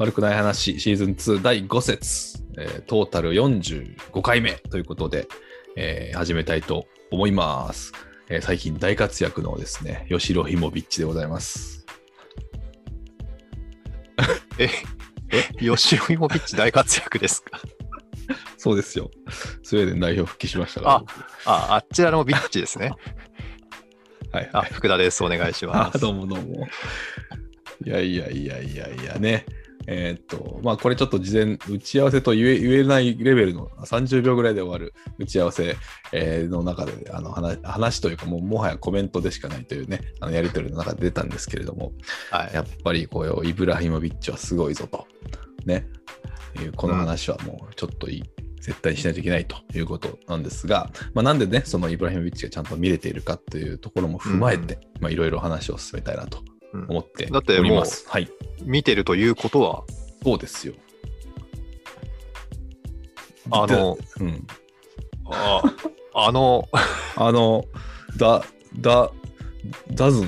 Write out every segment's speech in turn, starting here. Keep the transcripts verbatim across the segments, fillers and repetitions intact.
悪くない話シーズンツーだいご節、えー、トータルよんじゅうごかいめということで、えー、始めたいと思います、えー、最近大活躍のですねヨシロヒモビッチでございます。 ええヨシロヒモビッチ大活躍ですか？ そうですよ、スウェーデン代表復帰しましたから。 ああ、あっちらのビッチですね。 はい、はい、 あ、福田です。お願いします。 あ、どうもどうも。いやいやいやいやいやね。えー、っと、まあこれちょっと事前打ち合わせと言え、言えないレベルのさんじゅうびょうぐらいで終わる打ち合わせ、えー、の中であの 話, 話というかもうもはやコメントでしかないというね、あのやり取りの中で出たんですけれども、はい、やっぱりこうイブラヒモビッチはすごいぞとね、いうこの話はもうちょっといい、うん、絶対にしないといけないということなんですが、まあ、なんでねそのイブラヒモビッチがちゃんと見れているかというところも踏まえていろいろ話を進めたいなと思っております、うん、 だってもう、はい、見てるということはそうですよ。 あの、うん、ああのあのダダダズンを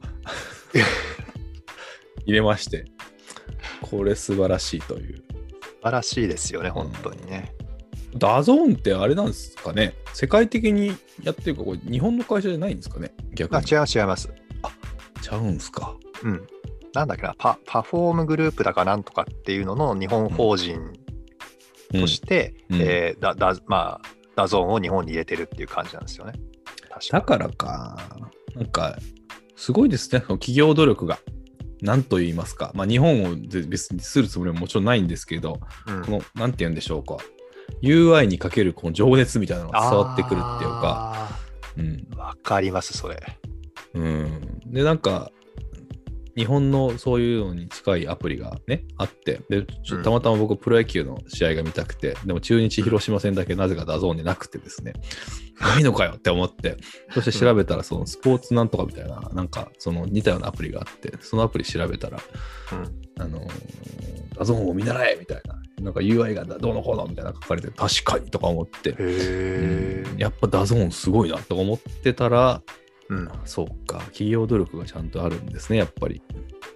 入れまして、これ素晴らしいという。 素晴らしいですよね、本当にね。 ダゾーンってあれなんですかね、世界的にやってるか、これ日本の会社じゃないんですかね、逆に。 あ、違う違います。 あ、ちゃうんすか。 うん。なんだっけな、パ、パフォームグループだかなんとかっていうのの日本法人として、うんうん、えー、だ、だ、まあ、ダゾーンを日本に入れてるっていう感じなんですよね。 確かだからか。なんか、すごいですね、企業努力が。なんと言いますか、まあ、日本を別にするつもりはもちろんないんですけど、うん、この、なんて言うんでしょうか、ユーアイ にかけるこの情熱みたいなのが伝わってくるっていうか、 うん、わかります、それ。 うん。で、なんか、日本のそういうのに近いアプリがね、あって、で、たまたま僕、プロ野球の試合が見たくて、でも中日広島戦だけなぜかダゾーンでなくてですね、ないのかよって思って、そして調べたら、そのスポーツなんとかみたいな、なんか、その似たようなアプリがあって、そのアプリ調べたら、うん、あのー、ダゾーンを見習えみたいな、なんか ユーアイ がどうのこうのみたいな書かれて、確かにとか思って、 へー、 うん、やっぱダゾーンすごいなと思ってたら、 うん、 そうか、企業努力がちゃんとあるんですね、やっぱり。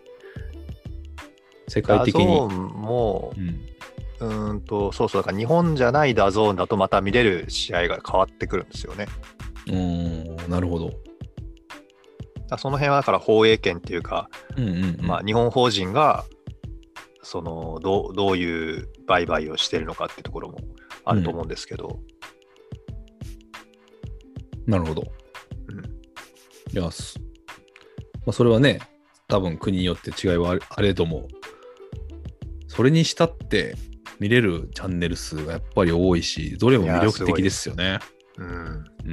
世界的に。 ダゾーンも、うん、うーんと、そうそう、だから日本じゃないダゾーンだとまた見れる試合が変わってくるんですよね。 うーん、なるほど。 その辺はだから放映権っていうか、 うんうんうん、 まあ、日本法人がそのどう、どういう売買をしてるのかっていうところもあると思うんですけど。 うん、なるほど。いや、まあ、それはね、多分国によって違いはあれども、それにしたって見れるチャンネル数がやっぱり多いし、どれも魅力的ですよね。 うん。 うん。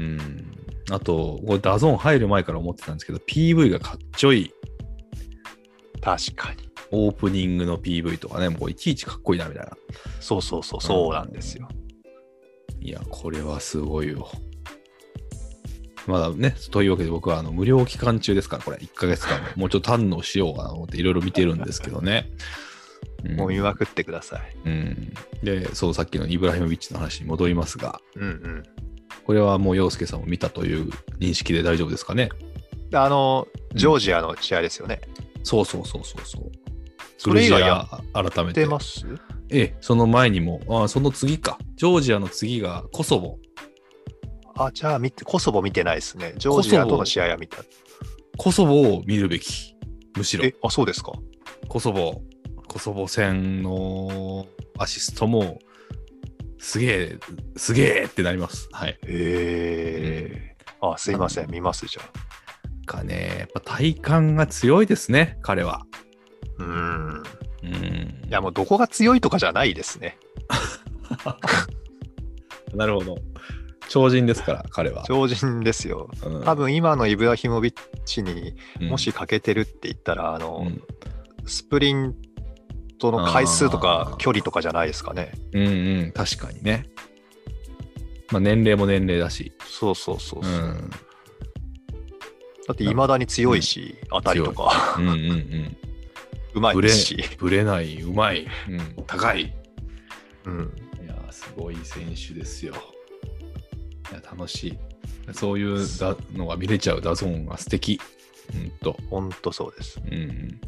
あと、これダゾーン入る前から思ってたんですけど、ピーブイ がかっちょいい。 確かに。 オープニングの ピーブイ とかね、もういちいちかっこいいなみたいな。 そうそうそう、そうなんですよ。 いや、これはすごいよ。まだね、というわけで僕はあの無料期間中ですから、これいっかげつかんもうちょっと堪能しようかなと思っていろいろ見てるんですけどね。 うん、もう見まくってください。 うん。で、そうさっきのイブラヒモビッチの話に戻りますが、 うんうん、 これはもう陽介さんも見たという認識で大丈夫ですかね。 あの、ジョージアの試合ですよね。 うん、そうそうそうそうそう。 それ以外や改めて。 ってます？ ええ、その前にも、あ、その次か。ジョージアの次がコソボ。 あ、じゃあ見て、コソボ見てないですね。ジョージアとの試合は見た。 コソボを見るべき。むしろ。 え、あ、そうですか。 コソボ、コソボ戦のアシストも、すげえ、すげえってなります。はい。 へえ、うん。あ、すいません。見ます、じゃあ。 かね、やっぱ体感が強いですね、彼は。 うーん。 うん。 いや、もうどこが強いとかじゃないですね。 なるほど。超人ですから、彼は。 超人ですよ。うん、多分今のイブラヒモビッチにもし欠けてるって言ったら、うん、あの、うん、スプリントの回数とか距離とかじゃないですかね。 うんうん、確かにね。まあ年齢も年齢だし。 そうそうそうそう。うん、だって未だに強いし、当たりとか。 うんうんうん。 うまいし。 ぶれない、うまい、うん、高い。 うん。 いや、すごい選手ですよ。いや楽しい。そういうのが見れちゃうダゾーンが素敵。うんと。 ほんとそうです。 うん。